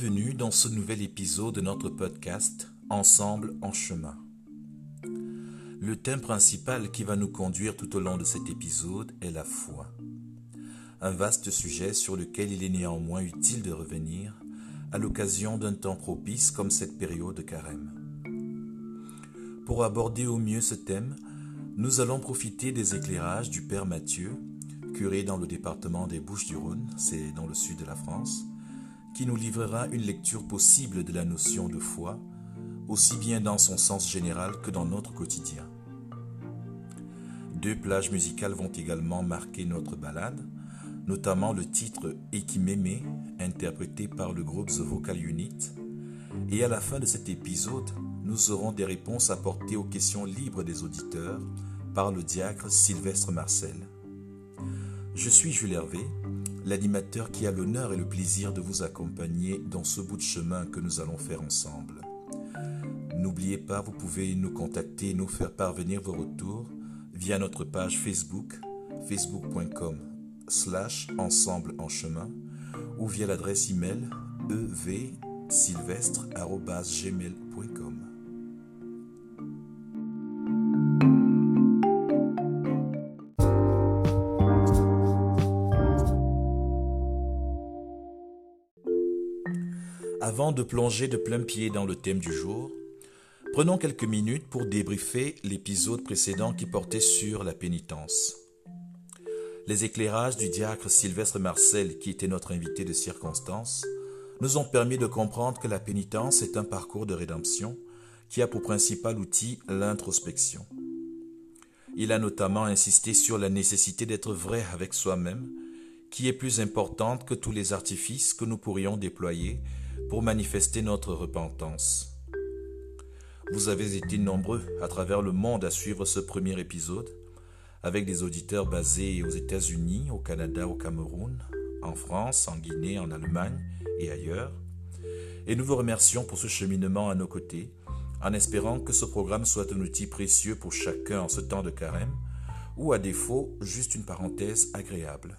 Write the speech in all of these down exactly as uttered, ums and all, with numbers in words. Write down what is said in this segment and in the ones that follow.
Bienvenue dans ce nouvel épisode de notre podcast Ensemble en chemin. Le thème principal qui va nous conduire tout au long de cet épisode est la foi. Un vaste sujet sur lequel il est néanmoins utile de revenir à l'occasion d'un temps propice comme cette période de carême. Pour aborder au mieux ce thème, nous allons profiter des éclairages du Père Mathieu, curé dans le département des Bouches-du-Rhône, c'est dans le sud de la France, qui nous livrera une lecture possible de la notion de foi, aussi bien dans son sens général que dans notre quotidien. Deux plages musicales vont également marquer notre balade, notamment le titre « Ekimeme » interprété par le groupe The Vocal Unit, et à la fin de cet épisode, nous aurons des réponses apportées aux questions libres des auditeurs par le diacre Sylvestre Marcel. Je suis Jules Hervé, l'animateur qui a l'honneur et le plaisir de vous accompagner dans ce bout de chemin que nous allons faire ensemble. N'oubliez pas, vous pouvez nous contacter et nous faire parvenir vos retours via notre page Facebook, facebook point com slash ensemble en chemin, ou via l'adresse email e v sylvestre arobase gmail point com. Avant de plonger de plein pied dans le thème du jour, prenons quelques minutes pour débriefer l'épisode précédent qui portait sur la pénitence. Les éclairages du diacre Sylvestre Marcel, qui était notre invité de circonstance, nous ont permis de comprendre que la pénitence est un parcours de rédemption qui a pour principal outil l'introspection. Il a notamment insisté sur la nécessité d'être vrai avec soi-même, qui est plus importante que tous les artifices que nous pourrions déployer pour manifester notre repentance. Vous avez été nombreux à travers le monde à suivre ce premier épisode, avec des auditeurs basés aux États-Unis, au Canada, au Cameroun, en France, en Guinée, en Allemagne et ailleurs. Et nous vous remercions pour ce cheminement à nos côtés, en espérant que ce programme soit un outil précieux pour chacun en ce temps de carême, ou à défaut, juste une parenthèse agréable.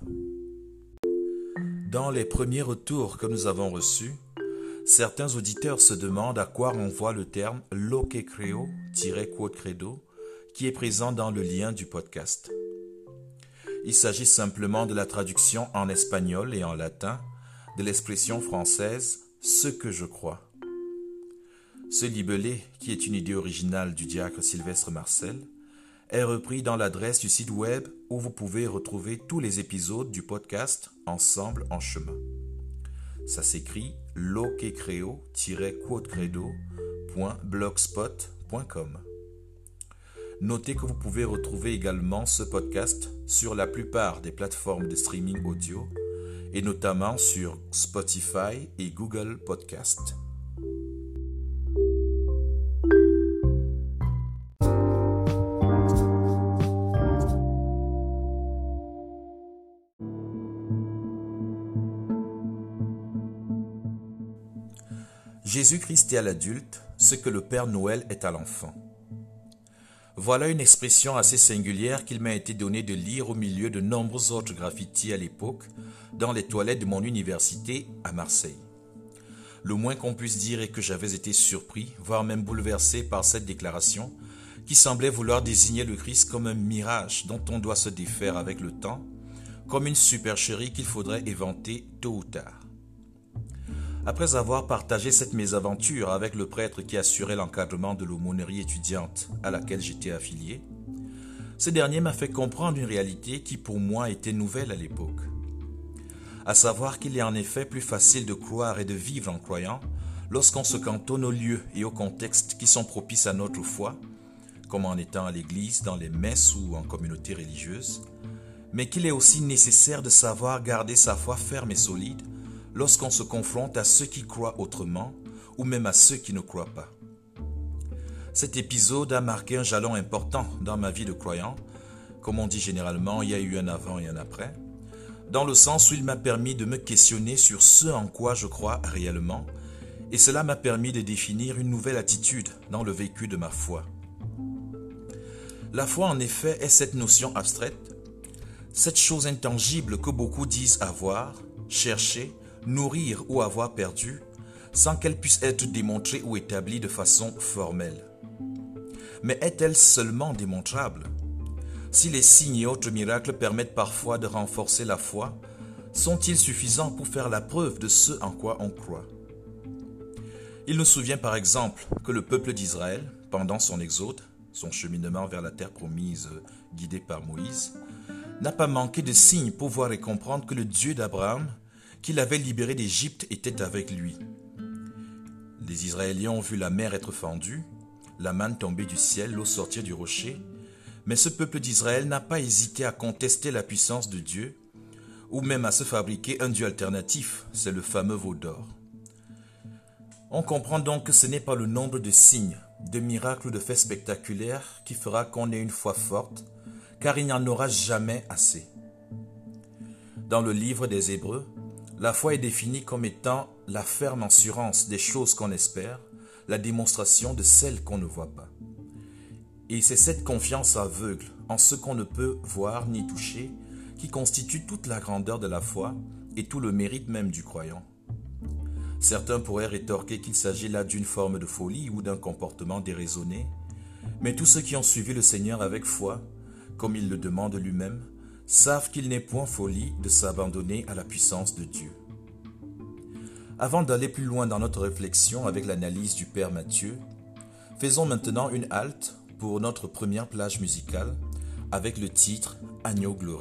Dans les premiers retours que nous avons reçus, certains auditeurs se demandent à quoi renvoie le terme « lo que creo » quod credo qui est présent dans le lien du podcast. Il s'agit simplement de la traduction en espagnol et en latin de l'expression française « ce que je crois ». Ce libellé, qui est une idée originale du diacre Sylvestre Marcel, est repris dans l'adresse du site web où vous pouvez retrouver tous les épisodes du podcast Ensemble en chemin. Ça s'écrit lo que creo quod credo point blogspot point com. Notez que vous pouvez retrouver également ce podcast sur la plupart des plateformes de streaming audio et notamment sur Spotify et Google Podcast. Jésus-Christ est à l'adulte ce que le Père Noël est à l'enfant. Voilà une expression assez singulière qu'il m'a été donné de lire au milieu de nombreux autres graffitis à l'époque dans les toilettes de mon université à Marseille. Le moins qu'on puisse dire est que j'avais été surpris, voire même bouleversé par cette déclaration qui semblait vouloir désigner le Christ comme un mirage dont on doit se défaire avec le temps, comme une supercherie qu'il faudrait éventer tôt ou tard. Après avoir partagé cette mésaventure avec le prêtre qui assurait l'encadrement de l'aumônerie étudiante à laquelle j'étais affilié, ce dernier m'a fait comprendre une réalité qui pour moi était nouvelle à l'époque. À savoir qu'il est en effet plus facile de croire et de vivre en croyant lorsqu'on se cantonne aux lieux et aux contextes qui sont propices à notre foi, comme en étant à l'église, dans les messes ou en communauté religieuse, mais qu'il est aussi nécessaire de savoir garder sa foi ferme et solide lorsqu'on se confronte à ceux qui croient autrement ou même à ceux qui ne croient pas. Cet épisode a marqué un jalon important dans ma vie de croyant. Comme on dit généralement, il y a eu un avant et un après, dans le sens où il m'a permis de me questionner sur ce en quoi je crois réellement, et cela m'a permis de définir une nouvelle attitude dans le vécu de ma foi. La foi, en effet, est cette notion abstraite, cette chose intangible que beaucoup disent avoir, chercher, nourrir ou avoir perdu, sans qu'elle puisse être démontrée ou établie de façon formelle. Mais est-elle seulement démontrable? Si les signes et autres miracles permettent parfois de renforcer la foi, sont-ils suffisants pour faire la preuve de ce en quoi on croit? Il nous souvient par exemple que le peuple d'Israël, pendant son exode, son cheminement vers la terre promise guidé par Moïse, n'a pas manqué de signes pour voir et comprendre que le Dieu d'Abraham, qui l'avait libéré d'Égypte, était avec lui. Les Israéliens ont vu la mer être fendue, la manne tomber du ciel, l'eau sortir du rocher, mais ce peuple d'Israël n'a pas hésité à contester la puissance de Dieu, ou même à se fabriquer un Dieu alternatif, c'est le fameux veau d'or. On comprend donc que ce n'est pas le nombre de signes, de miracles ou de faits spectaculaires qui fera qu'on ait une foi forte, car il n'y en aura jamais assez. Dans le livre des Hébreux, la foi est définie comme étant la ferme assurance des choses qu'on espère, la démonstration de celles qu'on ne voit pas. Et c'est cette confiance aveugle en ce qu'on ne peut voir ni toucher qui constitue toute la grandeur de la foi et tout le mérite même du croyant. Certains pourraient rétorquer qu'il s'agit là d'une forme de folie ou d'un comportement déraisonné, mais tous ceux qui ont suivi le Seigneur avec foi, comme il le demande lui-même, savent qu'il n'est point folie de s'abandonner à la puissance de Dieu. Avant d'aller plus loin dans notre réflexion avec l'analyse du Père Matthieu, faisons maintenant une halte pour notre première plage musicale avec le titre « Agneau glorieux ».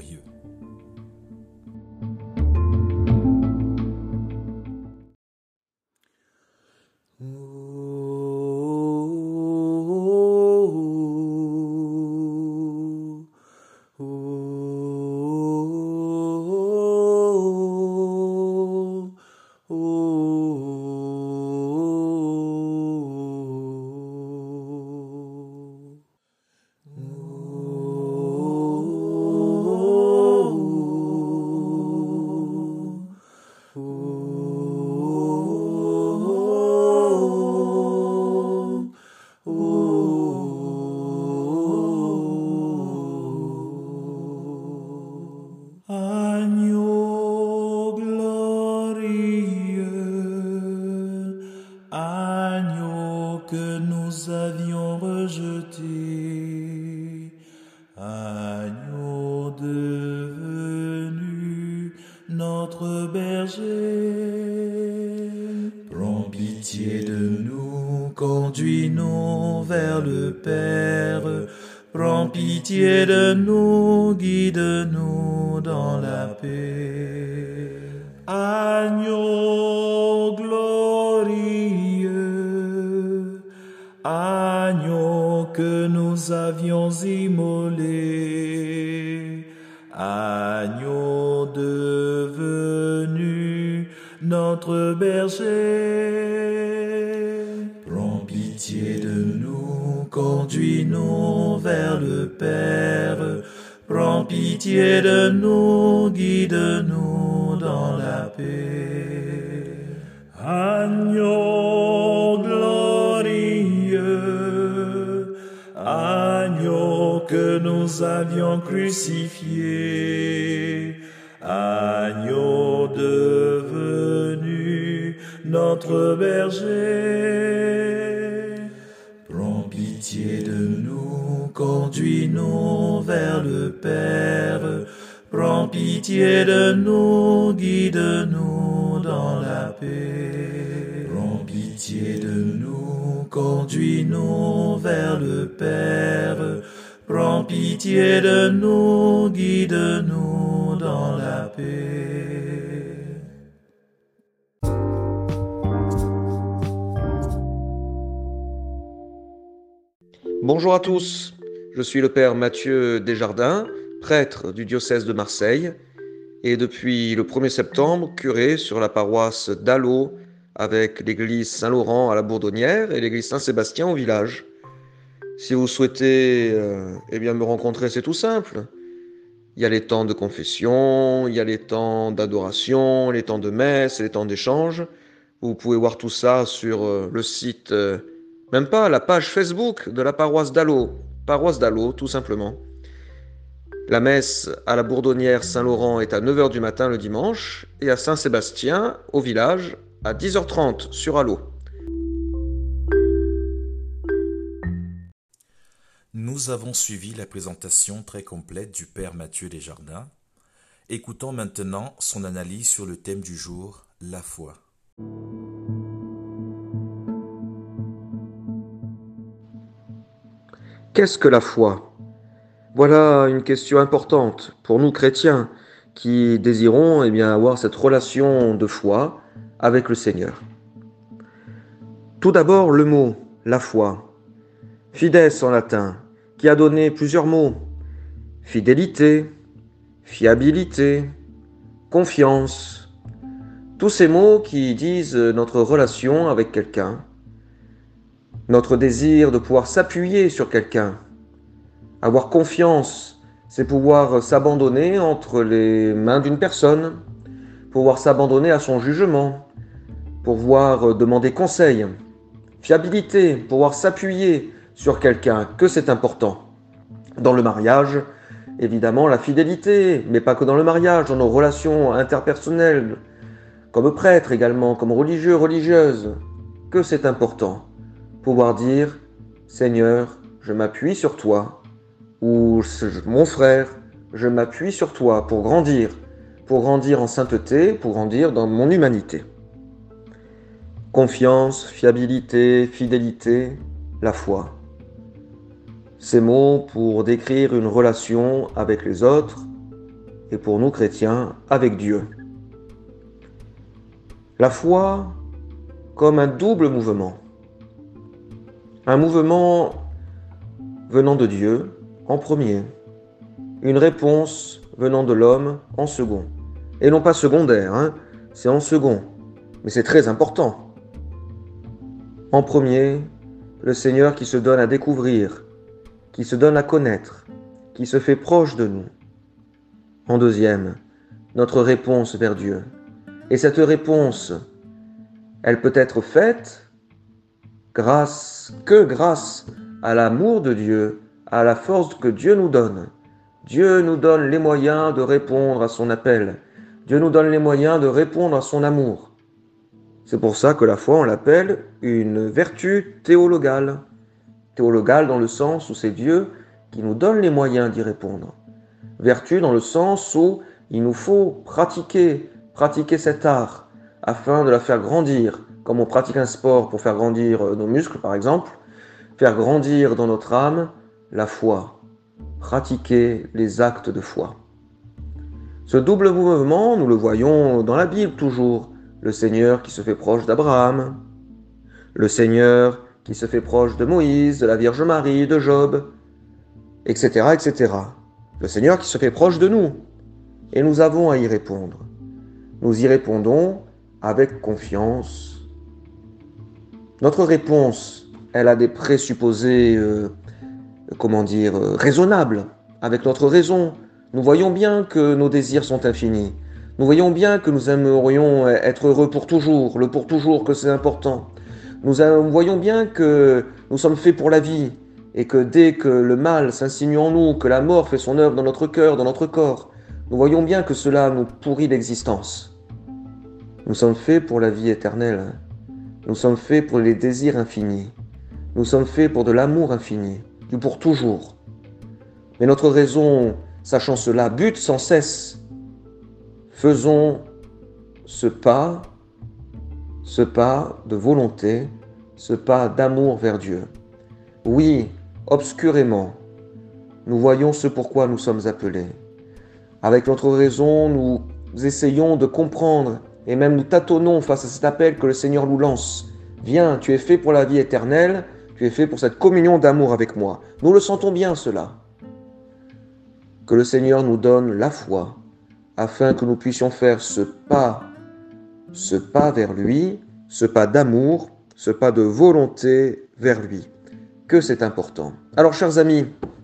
Que nous avions rejeté, agneau devenu notre berger. Prends pitié de nous, conduis-nous vers le Père. Prends pitié de nous, guide-nous dans la paix. Agneau glorieux, agneau que nous avions immolé, agneau devenu notre berger. Prends pitié de nous, conduis-nous vers le Père. Prends pitié de nous, guide-nous dans la paix. Agneau glorieux, agneau que nous avions crucifié, agneau devenu notre berger. Prends pitié de nous, conduis-nous vers le Père. Prends pitié de nous, guide-nous dans la paix. Prends pitié de nous, conduis-nous vers le Père. Prends pitié de nous, guide-nous dans la paix. Bonjour à tous, je suis le Père Mathieu Desjardins, prêtre du diocèse de Marseille, et depuis le premier septembre, curé sur la paroisse d'Allot, avec l'église Saint-Laurent à la Bourdonnière et l'église Saint-Sébastien au village. Si vous souhaitez euh, eh bien me rencontrer, c'est tout simple. Il y a les temps de confession, il y a les temps d'adoration, les temps de messe, les temps d'échange. Vous pouvez voir tout ça sur euh, le site, euh, même pas la page Facebook de la paroisse d'Allot, paroisse d'Allot tout simplement. La messe à la Bourdonnière Saint-Laurent est à neuf heures du matin le dimanche et à Saint-Sébastien, au village, à dix heures trente sur Allo. Nous avons suivi la présentation très complète du Père Mathieu Desjardins. Écoutons maintenant son analyse sur le thème du jour, la foi. Qu'est-ce que la foi? Voilà une question importante pour nous chrétiens qui désirons eh bien, avoir cette relation de foi avec le Seigneur. Tout d'abord, le mot, la foi. Fides en latin, qui a donné plusieurs mots. Fidélité, fiabilité, confiance. Tous ces mots qui disent notre relation avec quelqu'un, notre désir de pouvoir s'appuyer sur quelqu'un. Avoir confiance, c'est pouvoir s'abandonner entre les mains d'une personne, pouvoir s'abandonner à son jugement, pouvoir demander conseil. Fiabilité, pouvoir s'appuyer sur quelqu'un, que c'est important. Dans le mariage, évidemment, la fidélité, mais pas que dans le mariage, dans nos relations interpersonnelles, comme prêtre également, comme religieux, religieuse, que c'est important. Pouvoir dire, Seigneur, je m'appuie sur toi, ou mon frère, je m'appuie sur toi pour grandir, pour grandir en sainteté, pour grandir dans mon humanité. Confiance, fiabilité, fidélité, la foi. Ces mots pour décrire une relation avec les autres et pour nous chrétiens avec Dieu. La foi comme un double mouvement. Un mouvement venant de Dieu en premier, une réponse venant de l'homme en second. Et non pas secondaire, hein, c'est en second, mais c'est très important. En premier, le Seigneur qui se donne à découvrir, qui se donne à connaître, qui se fait proche de nous. En deuxième, notre réponse vers Dieu. Et cette réponse, elle peut être faite grâce, que grâce à l'amour de Dieu, à la force que Dieu nous donne. Dieu nous donne les moyens de répondre à son appel. Dieu nous donne les moyens de répondre à son amour. C'est pour ça que la foi, on l'appelle une vertu théologale. Théologale dans le sens où c'est Dieu qui nous donne les moyens d'y répondre. Vertu dans le sens où il nous faut pratiquer, pratiquer cet art afin de la faire grandir, comme on pratique un sport pour faire grandir nos muscles par exemple, faire grandir dans notre âme la foi, pratiquer les actes de foi. Ce double mouvement, nous le voyons dans la Bible toujours, le Seigneur qui se fait proche d'Abraham, le Seigneur qui se fait proche de Moïse, de la Vierge Marie, de Job, et cetera, et cetera. Le Seigneur qui se fait proche de nous, et nous avons à y répondre. Nous y répondons avec confiance. Notre réponse, elle a des présupposés, euh, comment dire, euh, raisonnables, avec notre raison. Nous voyons bien que nos désirs sont infinis. Nous voyons bien que nous aimerions être heureux pour toujours, le pour toujours, que c'est important. Nous voyons bien que nous sommes faits pour la vie, et que dès que le mal s'insinue en nous, que la mort fait son œuvre dans notre cœur, dans notre corps, nous voyons bien que cela nous pourrit l'existence. Nous sommes faits pour la vie éternelle. Nous sommes faits pour les désirs infinis. Nous sommes faits pour de l'amour infini, du pour toujours. Mais notre raison, sachant cela, bute sans cesse. Faisons ce pas, ce pas de volonté, ce pas d'amour vers Dieu. Oui, obscurément, nous voyons ce pourquoi nous sommes appelés. Avec notre raison, nous essayons de comprendre et même nous tâtonnons face à cet appel que le Seigneur nous lance. Viens, tu es fait pour la vie éternelle, tu es fait pour cette communion d'amour avec moi. Nous le sentons bien cela. Que le Seigneur nous donne la foi, afin que nous puissions faire ce pas, ce pas vers lui, ce pas d'amour, ce pas de volonté vers lui. Que c'est important. Alors, chers amis,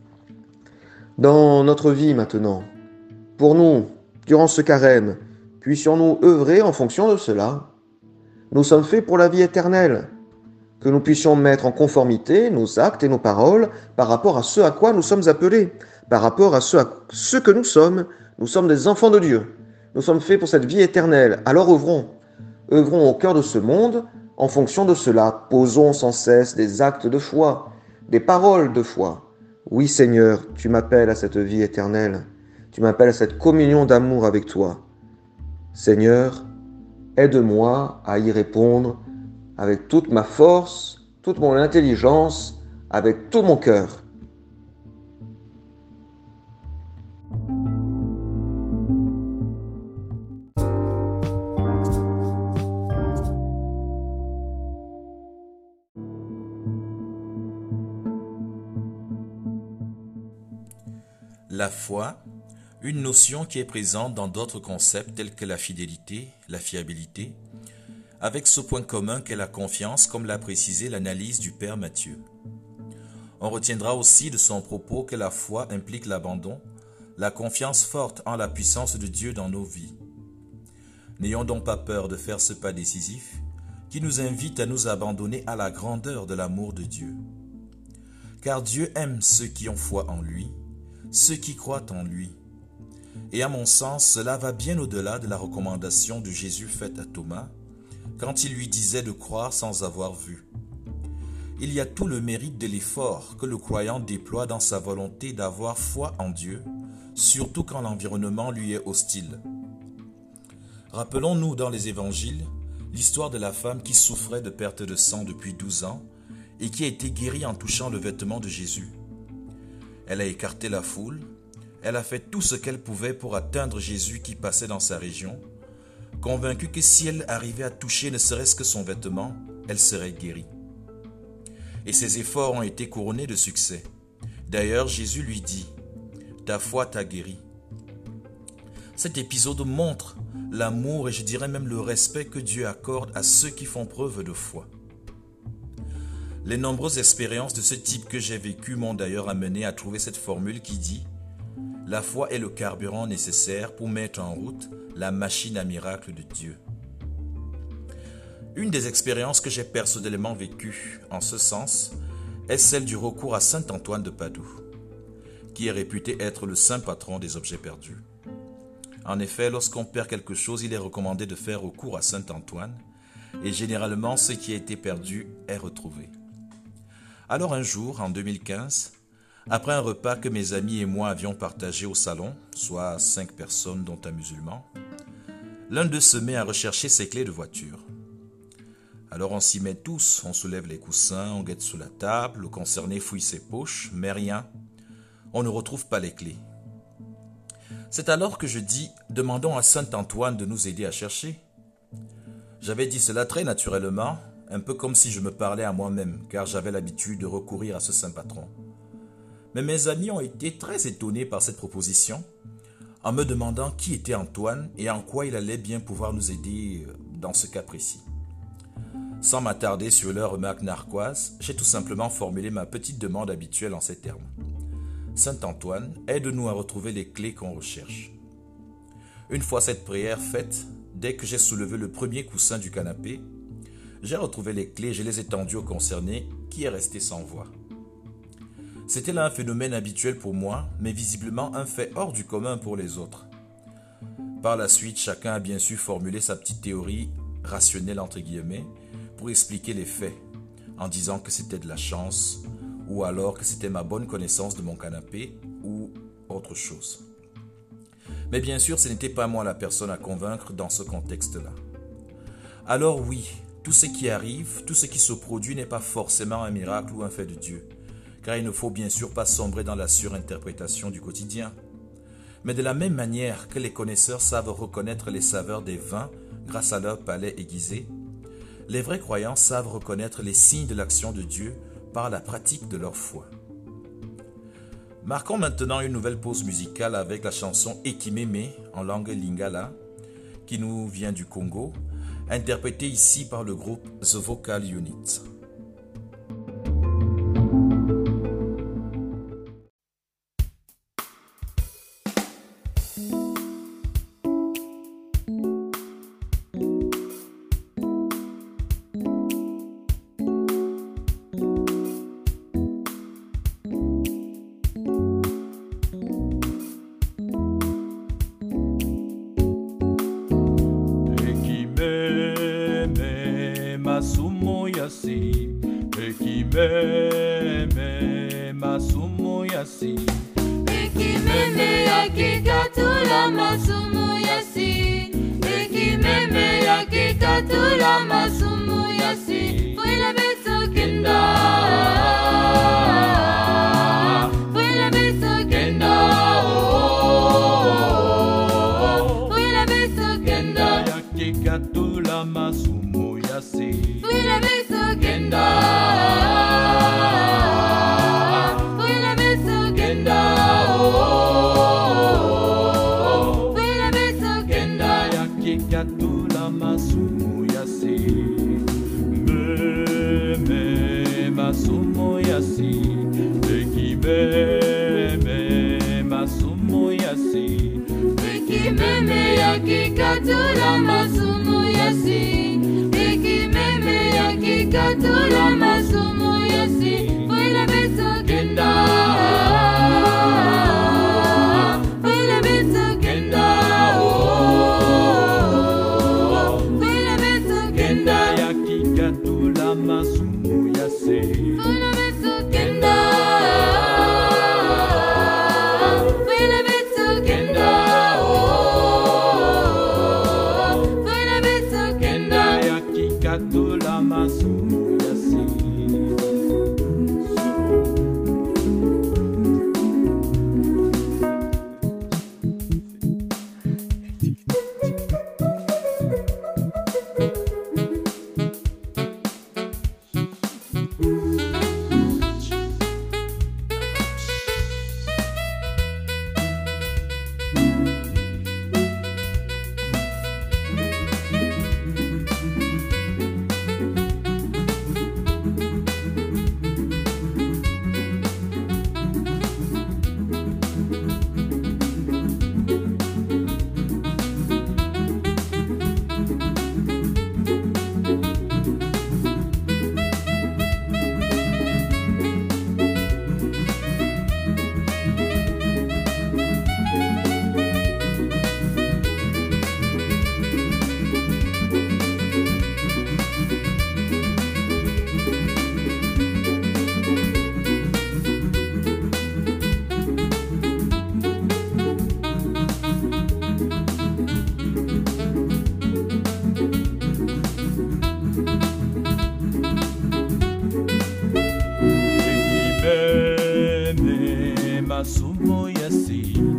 dans notre vie maintenant, pour nous, durant ce carême, puissions-nous œuvrer en fonction de cela. Nous sommes faits pour la vie éternelle, que nous puissions mettre en conformité nos actes et nos paroles par rapport à ce à quoi nous sommes appelés, par rapport à ce, à ce que nous sommes. Nous sommes des enfants de Dieu. Nous sommes faits pour cette vie éternelle. Alors œuvrons. œuvrons au cœur de ce monde en fonction de cela. Posons sans cesse des actes de foi, des paroles de foi. Oui Seigneur, tu m'appelles à cette vie éternelle. Tu m'appelles à cette communion d'amour avec toi. Seigneur, aide-moi à y répondre avec toute ma force, toute mon intelligence, avec tout mon cœur. La foi, une notion qui est présente dans d'autres concepts tels que la fidélité, la fiabilité, avec ce point commun qu'est la confiance, comme l'a précisé l'analyse du Père Matthieu. On retiendra aussi de son propos que la foi implique l'abandon, la confiance forte en la puissance de Dieu dans nos vies. N'ayons donc pas peur de faire ce pas décisif qui nous invite à nous abandonner à la grandeur de l'amour de Dieu. Car Dieu aime ceux qui ont foi en lui, ceux qui croient en lui. Et à mon sens, cela va bien au-delà de la recommandation de Jésus faite à Thomas, quand il lui disait de croire sans avoir vu. Il y a tout le mérite de l'effort que le croyant déploie dans sa volonté d'avoir foi en Dieu, surtout quand l'environnement lui est hostile. Rappelons-nous dans les évangiles l'histoire de la femme qui souffrait de perte de sang depuis douze ans et qui a été guérie en touchant le vêtement de Jésus. Elle a écarté la foule, elle a fait tout ce qu'elle pouvait pour atteindre Jésus qui passait dans sa région, convaincue que si elle arrivait à toucher ne serait-ce que son vêtement, elle serait guérie. Et ses efforts ont été couronnés de succès. D'ailleurs, Jésus lui dit « Ta foi t'a guéri ». Cet épisode montre l'amour et je dirais même le respect que Dieu accorde à ceux qui font preuve de foi. Les nombreuses expériences de ce type que j'ai vécues m'ont d'ailleurs amené à trouver cette formule qui dit « La foi est le carburant nécessaire pour mettre en route la machine à miracle de Dieu ». Une des expériences que j'ai personnellement vécues en ce sens est celle du recours à saint Antoine de Padoue, qui est réputé être le saint patron des objets perdus. En effet, lorsqu'on perd quelque chose, il est recommandé de faire recours à saint Antoine, et généralement ce qui a été perdu est retrouvé. Alors un jour, en deux mille quinze, après un repas que mes amis et moi avions partagé au salon, soit cinq personnes dont un musulman, l'un d'eux se met à rechercher ses clés de voiture. Alors on s'y met tous, on soulève les coussins, on guette sous la table, le concerné fouille ses poches, mais rien, on ne retrouve pas les clés. C'est alors que je dis, demandons à saint Antoine de nous aider à chercher. J'avais dit cela très naturellement, un peu comme si je me parlais à moi-même, car j'avais l'habitude de recourir à ce saint patron. Mais mes amis ont été très étonnés par cette proposition, en me demandant qui était Antoine et en quoi il allait bien pouvoir nous aider dans ce cas précis. Sans m'attarder sur leurs remarques narquoises, j'ai tout simplement formulé ma petite demande habituelle en ces termes. Saint Antoine, aide-nous à retrouver les clés qu'on recherche. Une fois cette prière faite, dès que j'ai soulevé le premier coussin du canapé, j'ai retrouvé les clés et je les ai tendues au concerné qui est resté sans voix. C'était là un phénomène habituel pour moi, mais visiblement un fait hors du commun pour les autres. Par la suite, chacun a bien su formuler sa petite théorie rationnelle entre guillemets pour expliquer les faits, en disant que c'était de la chance, ou alors que c'était ma bonne connaissance de mon canapé, ou autre chose. Mais bien sûr, ce n'était pas moi la personne à convaincre dans ce contexte-là. Alors oui, tout ce qui arrive, tout ce qui se produit n'est pas forcément un miracle ou un fait de Dieu, car il ne faut bien sûr pas sombrer dans la surinterprétation du quotidien. Mais de la même manière que les connaisseurs savent reconnaître les saveurs des vins grâce à leur palais aiguisé, les vrais croyants savent reconnaître les signes de l'action de Dieu par la pratique de leur foi. Marquons maintenant une nouvelle pause musicale avec la chanson Ekimeme en langue lingala, qui nous vient du Congo, interprétée ici par le groupe The Vocal Unit. masumo yasi ekimeme masumo yasi ekimeme yakikatula masumu yasi ekimeme yakikatula masumu yasi fuila beso kenda fuila beso kenda fuila beso kenda yakikatula masumo yasi fuila beso kenda fuila beso kenda fuila beso kenda yakikatula masumo yasi meme masumo yasi ekimeme masumo yasi ekimeme yakikatula masumu yasi ekimeme yakikatula masumu yasi fuila beso kenda fuila beso kenda fuila beso kenda yakikatula masumo yasi fuila beso kenda fuila beso kenda fuila beso kenda yakikatula masumo yasi ekimeme masumo yasi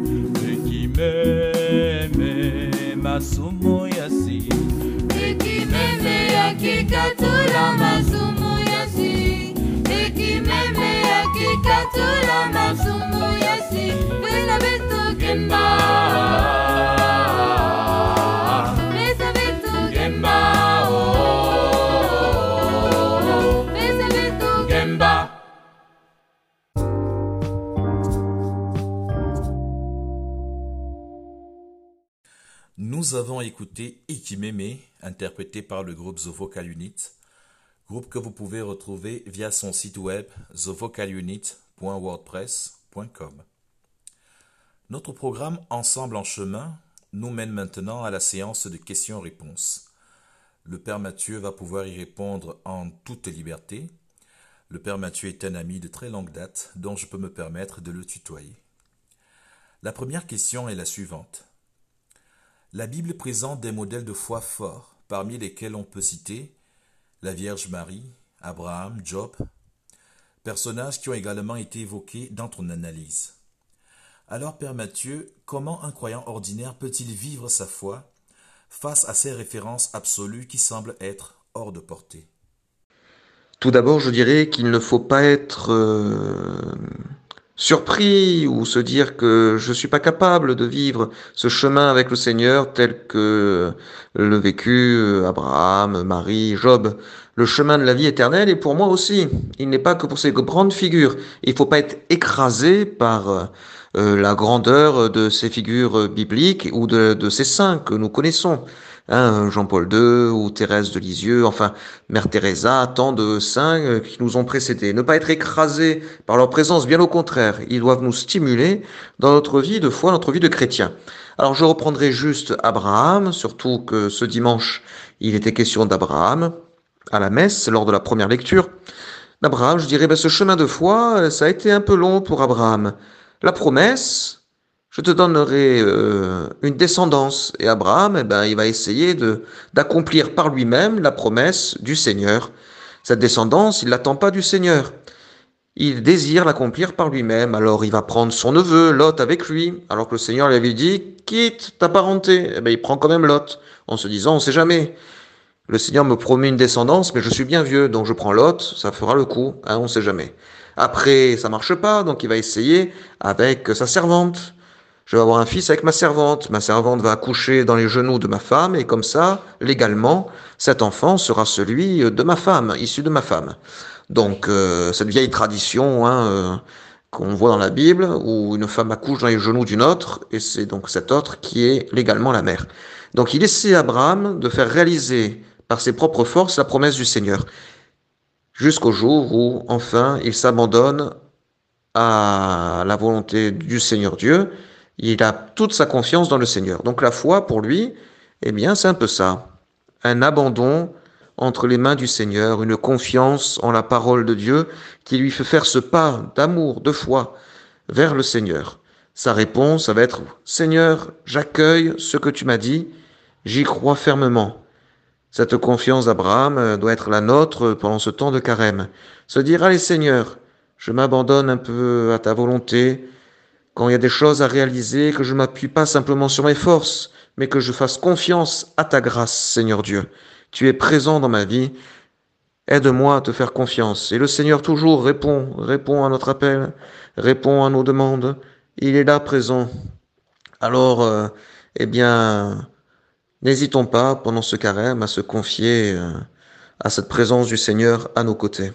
ekimeme masumo yasi ekimeme yakikatula masumu yasi ekimeme yakikatula masumu yasi fuila beso kenda beso beso Gemba beso beso Gemba Nous avons écouté Ikimeme, interprété par le groupe The Vocal Unit, groupe que vous pouvez retrouver via son site web the vocal unit point wordpress point com. Notre programme Ensemble en chemin nous mène maintenant à la séance de questions-réponses. Le Père Mathieu va pouvoir y répondre en toute liberté. Le Père Mathieu est un ami de très longue date dont je peux me permettre de le tutoyer. La première question est la suivante. La Bible présente des modèles de foi forts, parmi lesquels on peut citer la Vierge Marie, Abraham, Job, personnages qui ont également été évoqués dans ton analyse. Alors, Père Mathieu, comment un croyant ordinaire peut-il vivre sa foi face à ces références absolues qui semblent être hors de portée? Tout d'abord, je dirais qu'il ne faut pas être euh, surpris ou se dire que je ne suis pas capable de vivre ce chemin avec le Seigneur tel que le vécu Abraham, Marie, Job. Le chemin de la vie éternelle est pour moi aussi. Il n'est pas que pour ces grandes figures. Il ne faut pas être écrasé par euh, la grandeur de ces figures bibliques ou de, de ces saints que nous connaissons. Hein, Jean-Paul deux ou Thérèse de Lisieux, enfin Mère Teresa, tant de saints qui nous ont précédés. Ne pas être écrasés par leur présence, bien au contraire, ils doivent nous stimuler dans notre vie de foi, notre vie de chrétien. Alors je reprendrai juste Abraham, surtout que ce dimanche, il était question d'Abraham. à la messe lors de la première lecture d'Abraham, je dirais, ben, ce chemin de foi, ça a été un peu long pour Abraham. La promesse, je te donnerai euh, une descendance. Et Abraham, eh ben, il va essayer de, d'accomplir par lui-même la promesse du Seigneur. Cette descendance, il l'attend pas du Seigneur. Il désire l'accomplir par lui-même. Alors il va prendre son neveu, Lot, avec lui. Alors que le Seigneur lui avait dit, quitte ta parenté. Eh ben, il prend quand même Lot, en se disant, on sait jamais. Le Seigneur me promet une descendance, mais je suis bien vieux, donc je prends Lot, ça fera le coup, hein, on sait jamais. Après, ça marche pas, donc il va essayer avec sa servante. Je vais avoir un fils avec ma servante. Ma servante va accoucher dans les genoux de ma femme, et comme ça, légalement, cet enfant sera celui de ma femme, issu de ma femme. Donc, euh, cette vieille tradition hein, euh, qu'on voit dans la Bible, où une femme accouche dans les genoux d'une autre, et c'est donc cette autre qui est légalement la mère. Donc, il essaie à Abraham de faire réaliser par ses propres forces la promesse du Seigneur, jusqu'au jour où, enfin, il s'abandonne à la volonté du Seigneur Dieu. Il a toute sa confiance dans le Seigneur. Donc la foi, pour lui, eh bien, c'est un peu ça. Un abandon entre les mains du Seigneur, une confiance en la parole de Dieu qui lui fait faire ce pas d'amour, de foi vers le Seigneur. Sa réponse, ça va être « Seigneur, j'accueille ce que tu m'as dit, j'y crois fermement ». Cette confiance d'Abraham doit être la nôtre pendant ce temps de carême. Se dire, allez Seigneur, je m'abandonne un peu à ta volonté, quand il y a des choses à réaliser, que je ne m'appuie pas simplement sur mes forces, mais que je fasse confiance à ta grâce, Seigneur Dieu. Tu es présent dans ma vie, aide-moi à te faire confiance. Et le Seigneur toujours répond, répond à notre appel, répond à nos demandes. Il est là présent. Alors, euh, eh bien... n'hésitons pas, pendant ce carême, à se confier à cette présence du Seigneur à nos côtés.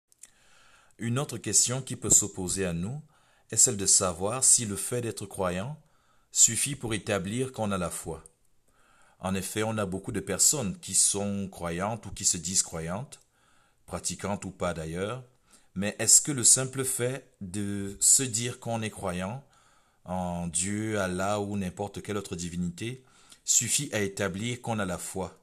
Une autre question qui peut s'opposer à nous est celle de savoir si le fait d'être croyant suffit pour établir qu'on a la foi. En effet, on a beaucoup de personnes qui sont croyantes ou qui se disent croyantes, pratiquantes ou pas d'ailleurs, mais est-ce que le simple fait de se dire qu'on est croyant en Dieu, Allah ou n'importe quelle autre divinité suffit à établir qu'on a la foi?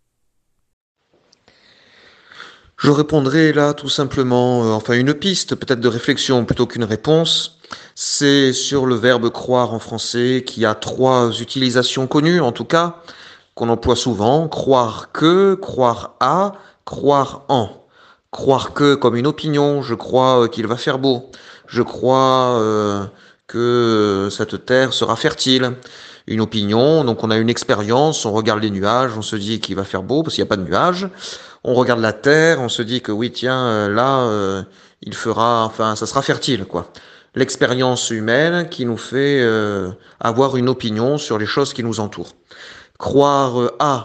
Je répondrai là tout simplement, euh, enfin une piste peut-être de réflexion plutôt qu'une réponse. C'est sur le verbe croire en français qui a trois utilisations connues en tout cas, qu'on emploie souvent. Croire que, croire à, croire en. Croire que comme une opinion, je crois qu'il va faire beau. Je crois euh, que cette terre sera fertile. Une opinion, donc on a une expérience, on regarde les nuages, on se dit qu'il va faire beau parce qu'il n'y a pas de nuages. On regarde la terre, on se dit que oui, tiens, là, euh, il fera, enfin, ça sera fertile, quoi. L'expérience humaine qui nous fait euh, avoir une opinion sur les choses qui nous entourent. Croire euh, à,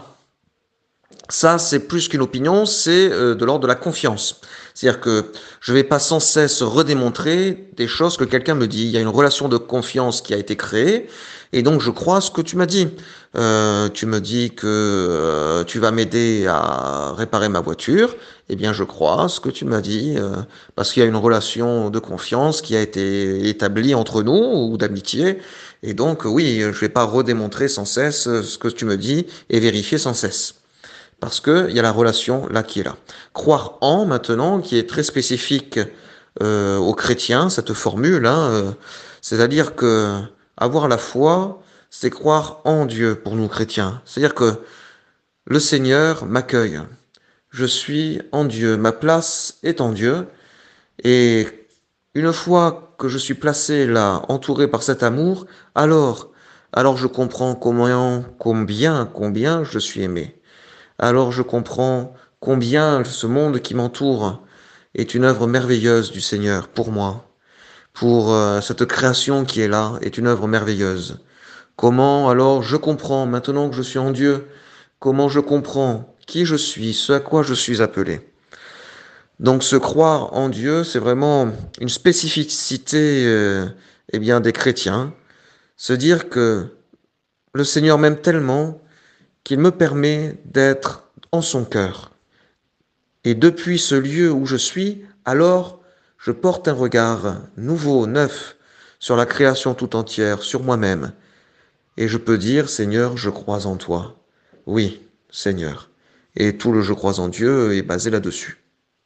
ça, c'est plus qu'une opinion, c'est euh, de l'ordre de la confiance. C'est-à-dire que je vais pas sans cesse redémontrer des choses que quelqu'un me dit. Il y a une relation de confiance qui a été créée. Et donc, je crois ce que tu m'as dit. Euh, tu me dis que euh, tu vas m'aider à réparer ma voiture. Eh bien, je crois ce que tu m'as dit, euh, parce qu'il y a une relation de confiance qui a été établie entre nous, ou d'amitié. Et donc, oui, je vais pas redémontrer sans cesse ce que tu me dis et vérifier sans cesse. Parce que il y a la relation là qui est là. Croire en, maintenant, qui est très spécifique euh, aux chrétiens, cette formule, hein, euh, c'est-à-dire que avoir la foi, c'est croire en Dieu pour nous chrétiens. C'est-à-dire que le Seigneur m'accueille. Je suis en Dieu. Ma place est en Dieu. Et une fois que je suis placé là, entouré par cet amour, alors, alors je comprends combien, combien, combien je suis aimé. Alors je comprends combien ce monde qui m'entoure est une œuvre merveilleuse du Seigneur pour moi. Pour euh, cette création qui est là, est une œuvre merveilleuse. Comment alors je comprends, maintenant que je suis en Dieu, comment je comprends qui je suis, ce à quoi je suis appelé. Donc se croire en Dieu, c'est vraiment une spécificité euh, eh bien, des chrétiens. Se dire que le Seigneur m'aime tellement qu'il me permet d'être en son cœur. Et depuis ce lieu où je suis, alors je porte un regard nouveau, neuf, sur la création tout entière, sur moi-même. Et je peux dire, Seigneur, je crois en toi. Oui, Seigneur. Et tout le je crois en Dieu est basé là-dessus.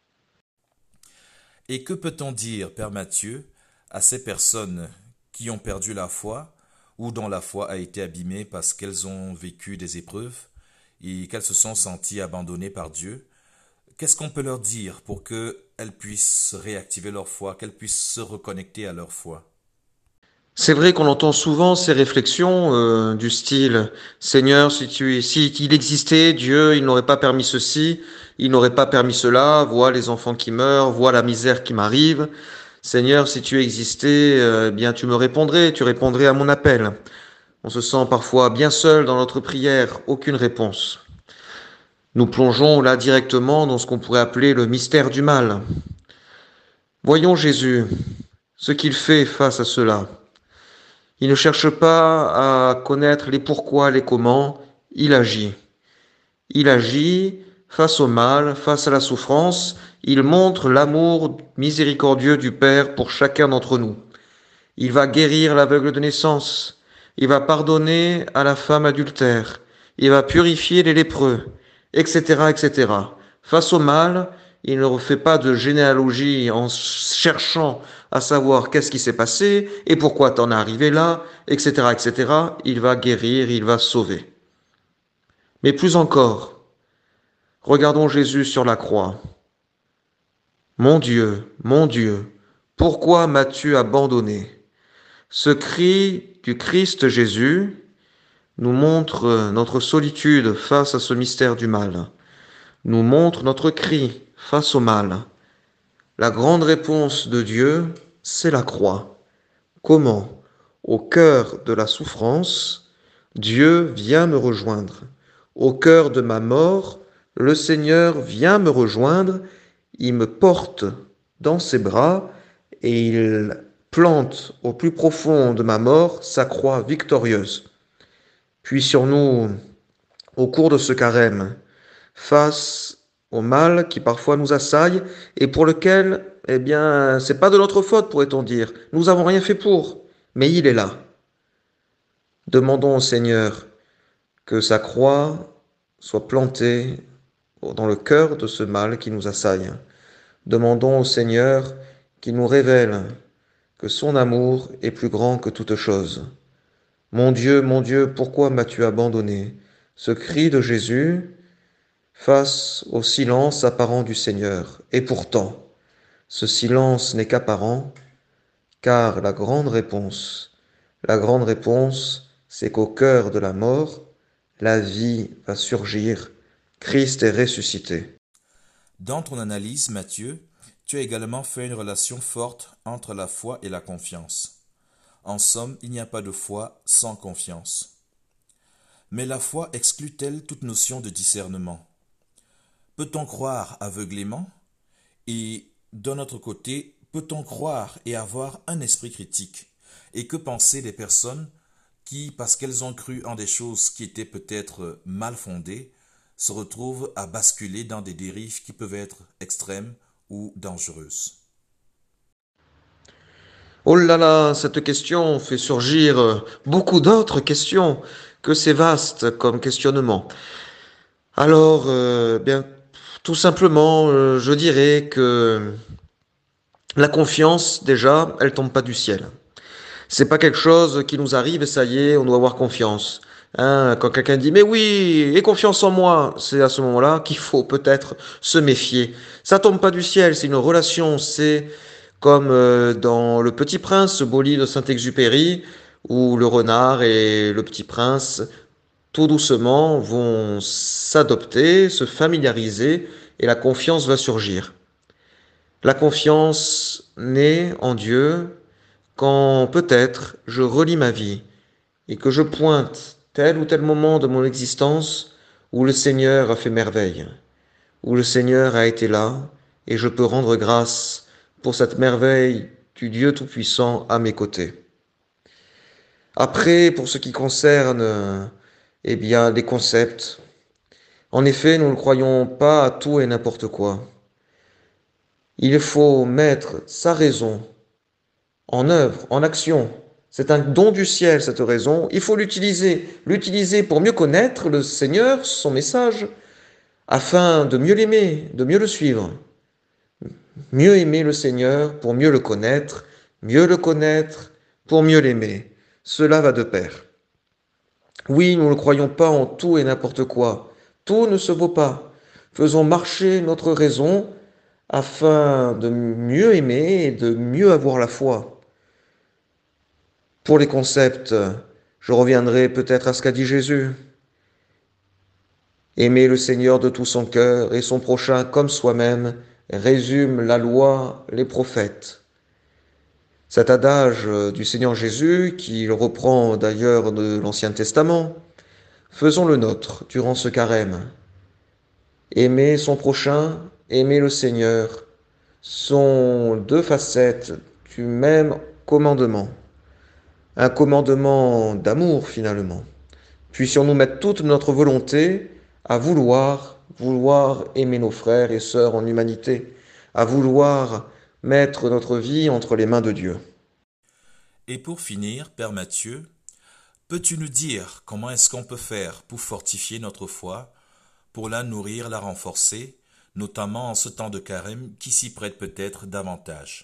Et que peut-on dire, Père Mathieu, à ces personnes qui ont perdu la foi ou dont la foi a été abîmée parce qu'elles ont vécu des épreuves et qu'elles se sont senties abandonnées par Dieu? Qu'est-ce qu'on peut leur dire pour qu'elles puissent réactiver leur foi, qu'elles puissent se reconnecter à leur foi? C'est vrai qu'on entend souvent ces réflexions euh, du style « Seigneur, si tu, si il existait, Dieu, il n'aurait pas permis ceci, il n'aurait pas permis cela, vois les enfants qui meurent, vois la misère qui m'arrive. Seigneur, si tu existais, euh, eh bien tu me répondrais, tu répondrais à mon appel. » On se sent parfois bien seul dans notre prière, aucune réponse. Nous plongeons là directement dans ce qu'on pourrait appeler le mystère du mal. Voyons Jésus, ce qu'il fait face à cela. Il ne cherche pas à connaître les pourquoi, les comment, il agit. Il agit face au mal, face à la souffrance, il montre l'amour miséricordieux du Père pour chacun d'entre nous. Il va guérir l'aveugle de naissance, il va pardonner à la femme adultère, il va purifier les lépreux, et cetera, et cetera. Face au mal, il ne refait pas de généalogie en cherchant à savoir qu'est-ce qui s'est passé et pourquoi t'en es arrivé là, et cetera, et cetera. Il va guérir, il va sauver. Mais plus encore, regardons Jésus sur la croix. Mon Dieu, mon Dieu, pourquoi m'as-tu abandonné? Ce cri du Christ Jésus nous montre notre solitude face à ce mystère du mal, nous montre notre cri face au mal. La grande réponse de Dieu, c'est la croix. Comment? Au cœur de la souffrance, Dieu vient me rejoindre. Au cœur de ma mort, le Seigneur vient me rejoindre, il me porte dans ses bras et il plante au plus profond de ma mort sa croix victorieuse. Puis sur nous, au cours de ce carême, face au mal qui parfois nous assaille et pour lequel, eh bien, c'est pas de notre faute, pourrait-on dire. Nous n'avons rien fait pour, mais il est là. Demandons au Seigneur que sa croix soit plantée dans le cœur de ce mal qui nous assaille. Demandons au Seigneur qu'il nous révèle que son amour est plus grand que toute chose. Mon Dieu, mon Dieu, pourquoi m'as-tu abandonné? Ce cri de Jésus face au silence apparent du Seigneur. Et pourtant, ce silence n'est qu'apparent, car la grande réponse, la grande réponse, c'est qu'au cœur de la mort, la vie va surgir. Christ est ressuscité. Dans ton analyse, Matthieu, tu as également fait une relation forte entre la foi et la confiance. En somme, il n'y a pas de foi sans confiance. Mais la foi exclut-elle toute notion de discernement? Peut-on croire aveuglément? Et d'un autre côté, peut-on croire et avoir un esprit critique? Et que penser des personnes qui, parce qu'elles ont cru en des choses qui étaient peut-être mal fondées, se retrouvent à basculer dans des dérives qui peuvent être extrêmes ou dangereuses? Oh là là, cette question fait surgir beaucoup d'autres questions, que c'est vaste comme questionnement. Alors, euh, bien, tout simplement, euh, je dirais que la confiance, déjà, elle tombe pas du ciel. C'est pas quelque chose qui nous arrive et ça y est, on doit avoir confiance. Hein, quand quelqu'un dit « mais oui, aie confiance en moi », c'est à ce moment-là qu'il faut peut-être se méfier. Ça tombe pas du ciel, c'est une relation, c'est comme euh, dans Le Petit Prince, ce beau livre de Saint-Exupéry, où le renard et le petit prince, tout doucement, vont s'adopter, se familiariser, et la confiance va surgir. La confiance naît en Dieu quand peut-être je relis ma vie et que je pointe tel ou tel moment de mon existence où le Seigneur a fait merveille, où le Seigneur a été là, et je peux rendre grâce pour cette merveille du Dieu Tout-Puissant à mes côtés. Après, pour ce qui concerne, eh bien, les concepts, en effet, nous ne croyons pas à tout et n'importe quoi. Il faut mettre sa raison en œuvre, en action. C'est un don du ciel, cette raison. Il faut l'utiliser, l'utiliser pour mieux connaître le Seigneur, son message, afin de mieux l'aimer, de mieux le suivre. Mieux aimer le Seigneur pour mieux le connaître, mieux le connaître pour mieux l'aimer. Cela va de pair. Oui, nous ne croyons pas en tout et n'importe quoi. Tout ne se vaut pas. Faisons marcher notre raison afin de mieux aimer et de mieux avoir la foi. Pour les concepts, je reviendrai peut-être à ce qu'a dit Jésus. Aimer le Seigneur de tout son cœur et son prochain comme soi-même résume la loi, les prophètes. Cet adage du Seigneur Jésus, qu'il reprend d'ailleurs de l'Ancien Testament, faisons le nôtre durant ce carême. Aimer son prochain, aimer le Seigneur, sont deux facettes du même commandement. Un commandement d'amour finalement. Puissions-nous mettre toute notre volonté à vouloir, vouloir aimer nos frères et sœurs en humanité, à vouloir mettre notre vie entre les mains de Dieu. Et pour finir, Père Mathieu, peux-tu nous dire comment est-ce qu'on peut faire pour fortifier notre foi, pour la nourrir, la renforcer, notamment en ce temps de carême qui s'y prête peut-être davantage?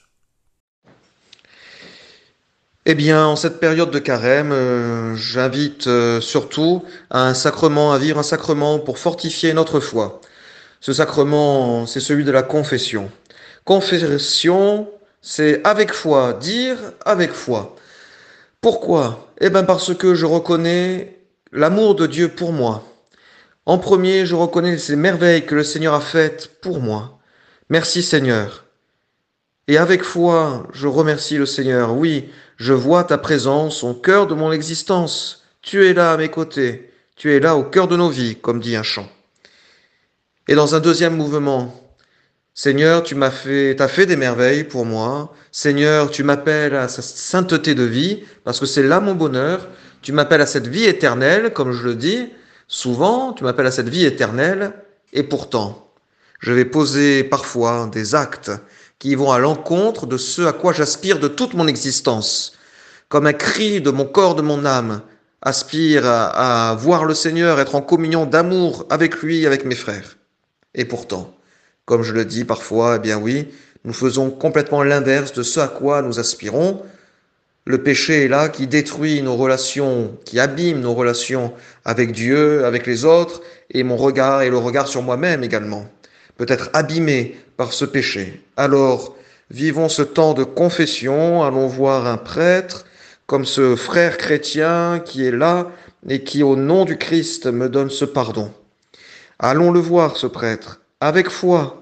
Eh bien, en cette période de carême, euh, j'invite euh, surtout à un sacrement, à vivre un sacrement pour fortifier notre foi. Ce sacrement, c'est celui de la confession. Confession, c'est avec foi, dire avec foi. Pourquoi? Eh bien, parce que je reconnais l'amour de Dieu pour moi. En premier, je reconnais ces merveilles que le Seigneur a faites pour moi. Merci Seigneur. Et avec foi, je remercie le Seigneur. Oui, je vois ta présence au cœur de mon existence. Tu es là à mes côtés. Tu es là au cœur de nos vies, comme dit un chant. Et dans un deuxième mouvement, Seigneur, tu m'as fait, t'as fait des merveilles pour moi. Seigneur, tu m'appelles à sa sainteté de vie, parce que c'est là mon bonheur. Tu m'appelles à cette vie éternelle, comme je le dis. Souvent, tu m'appelles à cette vie éternelle. Et pourtant, je vais poser parfois des actes qui vont à l'encontre de ce à quoi j'aspire de toute mon existence. Comme un cri de mon corps, de mon âme, aspire à, à voir le Seigneur, être en communion d'amour avec lui, avec mes frères. Et pourtant, comme je le dis parfois, eh bien oui, nous faisons complètement l'inverse de ce à quoi nous aspirons. Le péché est là qui détruit nos relations, qui abîme nos relations avec Dieu, avec les autres, et mon regard et le regard sur moi-même également, peut être abîmé par ce péché. Alors, vivons ce temps de confession, allons voir un prêtre, comme ce frère chrétien qui est là et qui, au nom du Christ, me donne ce pardon. Allons le voir, ce prêtre, avec foi.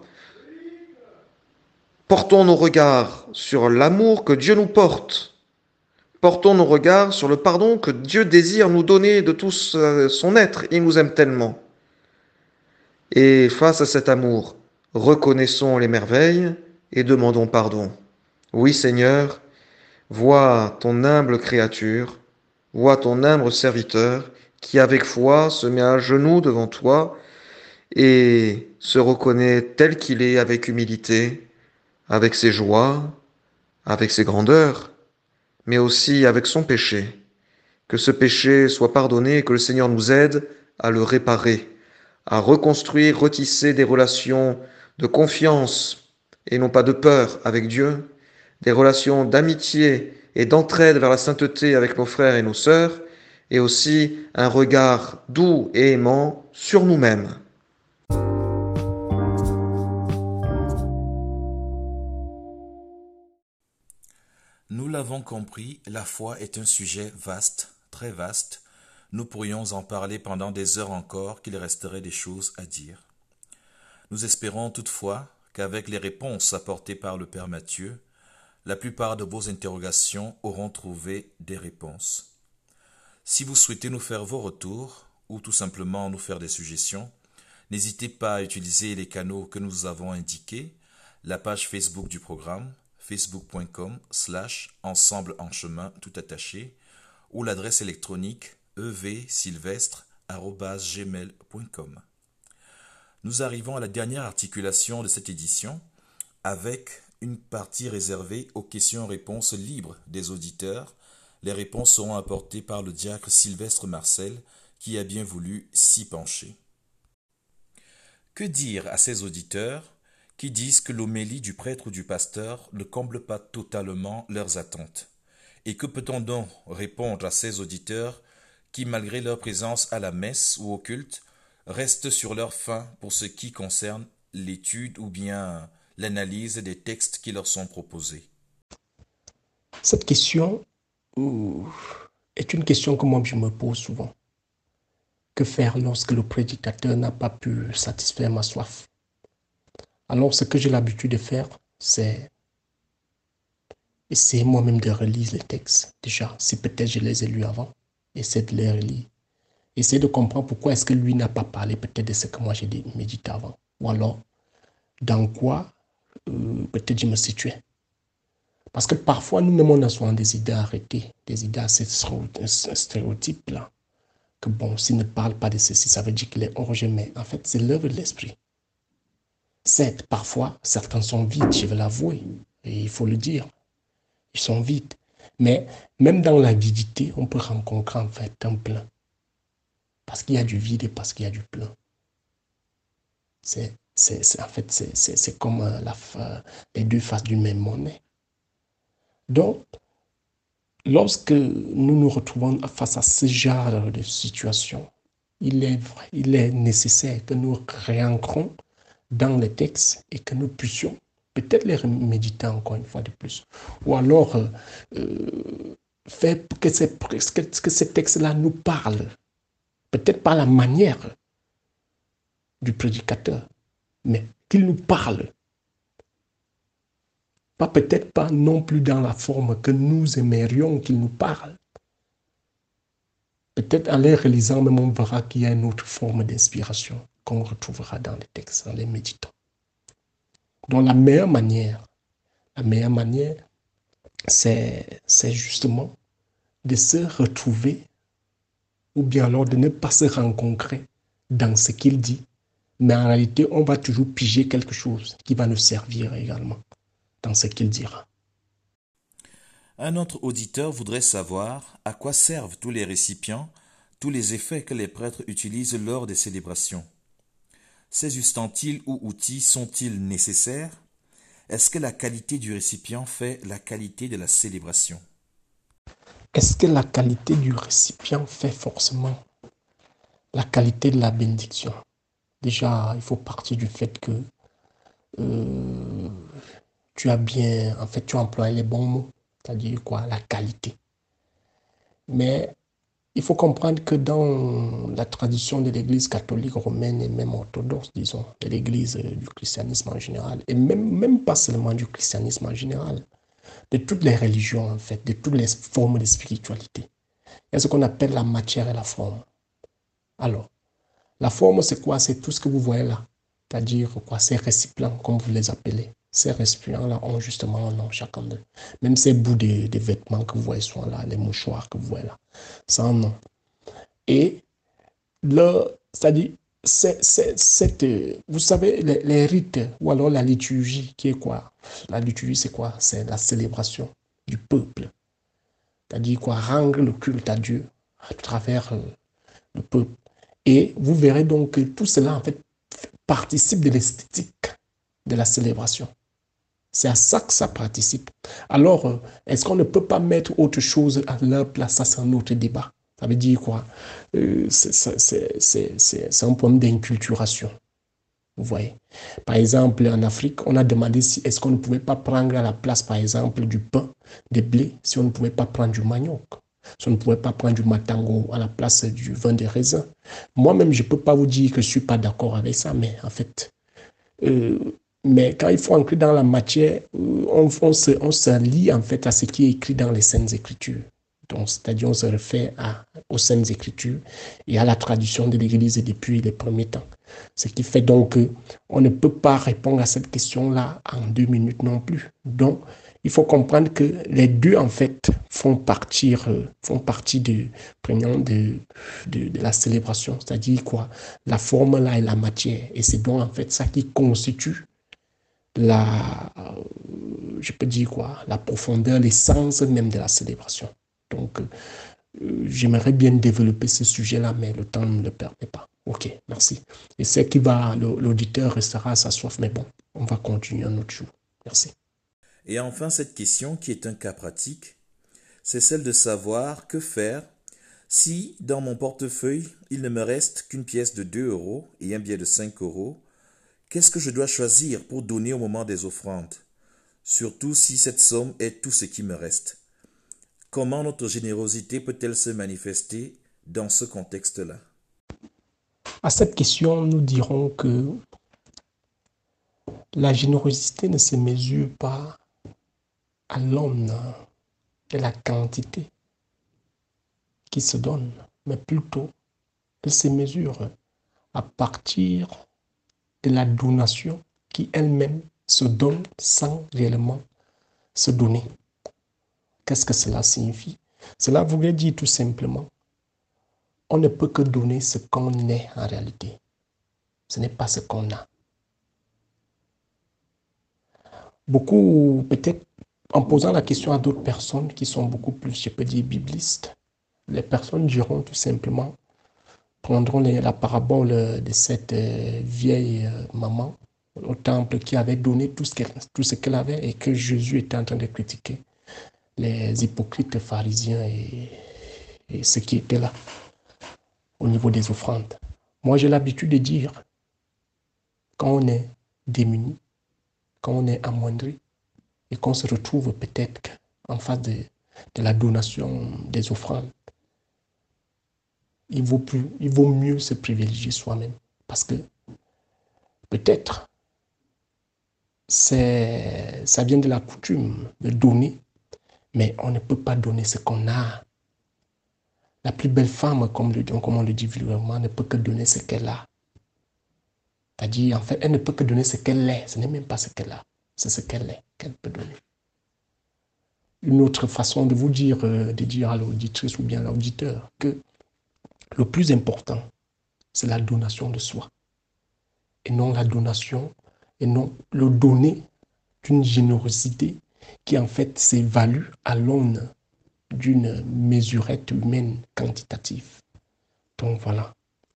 Portons nos regards sur l'amour que Dieu nous porte. Portons nos regards sur le pardon que Dieu désire nous donner de tout son être. Il nous aime tellement. Et face à cet amour, reconnaissons les merveilles et demandons pardon. Oui, Seigneur, vois ton humble créature, vois ton humble serviteur qui, avec foi, se met à genoux devant toi et se reconnaît tel qu'il est avec humilité, avec ses joies, avec ses grandeurs, mais aussi avec son péché. Que ce péché soit pardonné et que le Seigneur nous aide à le réparer, à reconstruire, retisser des relations de confiance et non pas de peur avec Dieu, des relations d'amitié et d'entraide vers la sainteté avec nos frères et nos sœurs, et aussi un regard doux et aimant sur nous-mêmes. Nous l'avons compris, la foi est un sujet vaste, très vaste. Nous pourrions en parler pendant des heures encore, qu'il resterait des choses à dire. Nous espérons toutefois qu'avec les réponses apportées par le Père Mathieu, la plupart de vos interrogations auront trouvé des réponses. Si vous souhaitez nous faire vos retours, ou tout simplement nous faire des suggestions, n'hésitez pas à utiliser les canaux que nous avons indiqués, la page Facebook du programme, facebook.com slash ensemble en chemin tout attaché, ou l'adresse électronique evsylvestre arobase gmail point com. Nous arrivons à la dernière articulation de cette édition, avec une partie réservée aux questions-réponses libres des auditeurs. Les réponses seront apportées par le diacre Sylvestre Marcel, qui a bien voulu s'y pencher. Que dire à ces auditeurs qui disent que l'homélie du prêtre ou du pasteur ne comble pas totalement leurs attentes? Et que peut-on donc répondre à ces auditeurs qui, malgré leur présence à la messe ou au culte, restent sur leur faim pour ce qui concerne l'étude ou bien l'analyse des textes qui leur sont proposés? Cette question euh, est une question que moi je me pose souvent. Que faire lorsque le prédicateur n'a pas pu satisfaire ma soif? Alors ce que j'ai l'habitude de faire, c'est essayer moi-même de relire les textes. Déjà, si peut-être je les ai lus avant, essayer de les relire. Essayer de comprendre pourquoi est-ce que lui n'a pas parlé peut-être de ce que moi j'ai médité avant. Ou alors, dans quoi euh, peut-être je me situais. Parce que parfois, nous-mêmes, on a souvent des idées arrêtées, des idées assez stéréotypes là. Que bon, s'il ne parle pas de ceci, ça veut dire qu'il est hors-jeu, mais en fait, c'est l'œuvre de l'esprit. Certes, parfois, certains sont vides, je vais l'avouer, et il faut le dire. Ils sont vides. Mais même dans la vidité, on peut rencontrer en fait un plein. Parce qu'il y a du vide et parce qu'il y a du plein. C'est, c'est, c'est, en fait, c'est, c'est, c'est comme euh, la, euh, les deux faces d'une même monnaie. Donc, lorsque nous nous retrouvons face à ce genre de situation, il est vrai, il est nécessaire que nous réancrons dans les textes et que nous puissions peut-être les méditer encore une fois de plus. Ou alors euh, euh, faire que ces, que, que ces textes-là nous parlent. Peut-être pas la manière du prédicateur, mais qu'il nous parle. Pas peut-être pas non plus dans la forme que nous aimerions qu'il nous parle. Peut-être en les relisant, même on verra qu'il y a une autre forme d'inspiration qu'on retrouvera dans les textes, en les méditant. Donc la meilleure manière, la meilleure manière, c'est, c'est justement de se retrouver ou bien alors de ne pas se rencontrer dans ce qu'il dit, mais en réalité, on va toujours piger quelque chose qui va nous servir également dans ce qu'il dira. Un autre auditeur voudrait savoir à quoi servent tous les récipients, tous les effets que les prêtres utilisent lors des célébrations. Ces ustensiles ou outils sont-ils nécessaires? Est-ce que la qualité du récipient fait la qualité de la célébration? Est-ce que la qualité du récipient fait forcément la qualité de la bénédiction? Déjà, il faut partir du fait que euh, tu as bien, en fait, tu as employé les bons mots, c'est-à-dire quoi, la qualité. Mais il faut comprendre que dans la tradition de l'Église catholique romaine et même orthodoxe, disons, de l'Église du christianisme en général, et même, même pas seulement du christianisme en général, de toutes les religions en fait, de toutes les formes de spiritualité, il y a ce qu'on appelle la matière et la forme. Alors, la forme c'est quoi? C'est tout ce que vous voyez là, c'est-à-dire quoi, ces récipients, comme vous les appelez. Ces récipients-là ont justement un nom, chacun d'eux. Même ces bouts de, de vêtements que vous voyez souvent là, les mouchoirs que vous voyez là, c'est un nom. Et le, c'est-à-dire, c'est, c'est, c'est, vous savez, les, les rites, ou alors la liturgie, qui est quoi? La liturgie, c'est quoi? C'est la célébration du peuple. C'est-à-dire quoi? Rendre le culte à Dieu à travers euh, le peuple. Et vous verrez donc que tout cela, en fait, participe de l'esthétique de la célébration. C'est à ça que ça participe. Alors, est-ce qu'on ne peut pas mettre autre chose à leur place? Ça, c'est un autre débat. Ça veut dire quoi? euh, c'est, c'est, c'est, c'est, c'est un problème d'inculturation. Vous voyez? Par exemple, en Afrique, on a demandé si est-ce qu'on ne pouvait pas prendre à la place, par exemple, du pain, des blés, si on ne pouvait pas prendre du manioc. Si on ne pouvait pas prendre du matango à la place du vin de raisin. Moi-même, je ne peux pas vous dire que je ne suis pas d'accord avec ça, mais en fait... Euh, Mais quand il faut entrer dans la matière, on, on, se, on se lie en fait à ce qui est écrit dans les Saintes Écritures. Donc, c'est-à-dire on se réfère à, aux Saintes Écritures et à la tradition de l'Église depuis les premiers temps. Ce qui fait donc qu'on ne peut pas répondre à cette question-là en deux minutes non plus. Donc, il faut comprendre que les deux, en fait, font, partir, font partie de, de, de, de la célébration. C'est-à-dire quoi? La forme là et la matière. Et c'est donc en fait ça qui constitue la, je peux dire quoi, la profondeur, l'essence même de la célébration. Donc, euh, j'aimerais bien développer ce sujet-là, mais le temps ne me le permet pas. Ok, merci. Et c'est qui va, l'auditeur restera à sa soif, mais bon, on va continuer un autre jour. Merci. Et enfin, cette question qui est un cas pratique, c'est celle de savoir que faire si, dans mon portefeuille, il ne me reste qu'une pièce de deux euros et un billet de cinq euros. Qu'est-ce que je dois choisir pour donner au moment des offrandes? Surtout si cette somme est tout ce qui me reste. Comment notre générosité peut-elle se manifester dans ce contexte-là? À cette question, nous dirons que la générosité ne se mesure pas à l'aune de la quantité qui se donne, mais plutôt elle se mesure à partir de la donation qui elle-même se donne sans réellement se donner. Qu'est-ce que cela signifie? Cela voudrait dire tout simplement, on ne peut que donner ce qu'on est en réalité. Ce n'est pas ce qu'on a. Beaucoup, peut-être, en posant la question à d'autres personnes qui sont beaucoup plus, je peux dire, biblistes, les personnes diront tout simplement, prendront les, la parabole de cette euh, vieille euh, maman au temple qui avait donné tout ce qu'elle, tout ce qu'elle avait et que Jésus était en train de critiquer les hypocrites pharisiens et, et ceux qui étaient là au niveau des offrandes. Moi, j'ai l'habitude de dire, quand on est démuni, quand on est amoindri et qu'on se retrouve peut-être en face de, de la donation des offrandes, il vaut plus, il vaut mieux se privilégier soi-même. Parce que peut-être c'est, ça vient de la coutume de donner, mais on ne peut pas donner ce qu'on a. La plus belle femme, comme, le, comme on le dit vulgairement, ne peut que donner ce qu'elle a. C'est-à-dire, en fait, elle ne peut que donner ce qu'elle est. Ce n'est même pas ce qu'elle a. C'est ce qu'elle est qu'elle peut donner. Une autre façon de vous dire, de dire à l'auditrice ou bien à l'auditeur que le plus important, c'est la donation de soi. Et non la donation, et non le donner d'une générosité qui en fait s'évalue à l'aune d'une mesurette humaine quantitative. Donc voilà.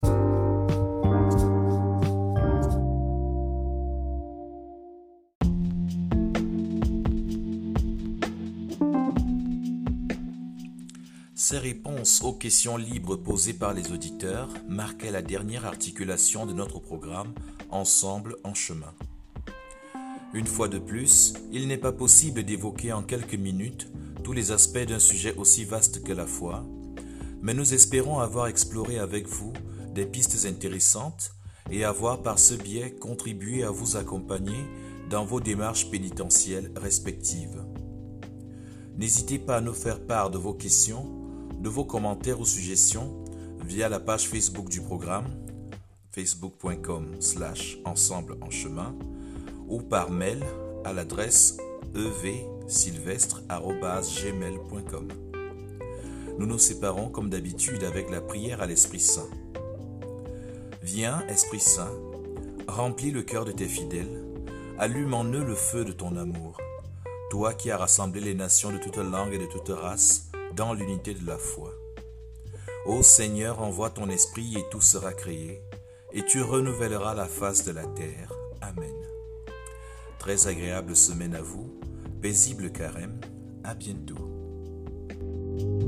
Ces réponses aux questions libres posées par les auditeurs marquaient la dernière articulation de notre programme Ensemble en chemin. Une fois de plus, il n'est pas possible d'évoquer en quelques minutes tous les aspects d'un sujet aussi vaste que la foi, mais nous espérons avoir exploré avec vous des pistes intéressantes et avoir par ce biais contribué à vous accompagner dans vos démarches pénitentielles respectives. N'hésitez pas à nous faire part de vos questions, de vos commentaires ou suggestions via la page Facebook du programme, facebook point com slash ensemble en chemin, ou par mail à l'adresse e v sylvestre arobase gmail point com. Nous nous séparons comme d'habitude avec la prière à l'Esprit Saint. Viens, Esprit Saint, remplis le cœur de tes fidèles, allume en eux le feu de ton amour, toi qui as rassemblé les nations de toute langue et de toute race dans l'unité de la foi. Ô Seigneur, envoie ton esprit et tout sera créé, et tu renouvelleras la face de la terre. Amen. Très agréable semaine à vous, paisible carême, à bientôt.